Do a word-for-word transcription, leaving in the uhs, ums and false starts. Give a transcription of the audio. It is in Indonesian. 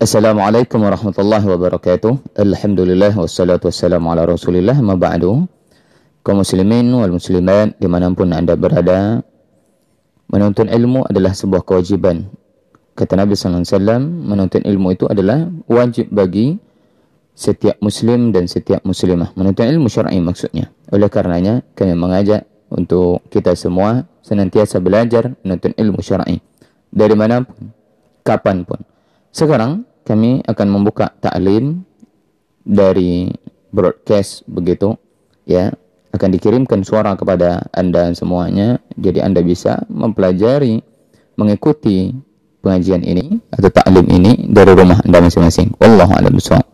Assalamualaikum warahmatullahi wabarakatuh. Alhamdulillah wassalatu wassalamu ala rasulillah ma ba'du. Kaum muslimin wal muslimat dimanapun anda berada, menuntut ilmu adalah sebuah kewajiban. Kata Nabi sallallahu alaihi wasallam, menuntut ilmu itu adalah wajib bagi setiap muslim dan setiap muslimah. Menuntut ilmu syar'i maksudnya. Oleh karenanya kami mengajak untuk kita semua senantiasa belajar menuntut ilmu syar'i dari manapun, kapanpun. Sekarang kami akan membuka ta'lim dari broadcast begitu, ya, akan dikirimkan suara kepada anda semuanya, jadi anda bisa mempelajari, mengikuti pengajian ini atau ta'lim ini dari rumah anda masing-masing. Wallahu a'lam bishawab.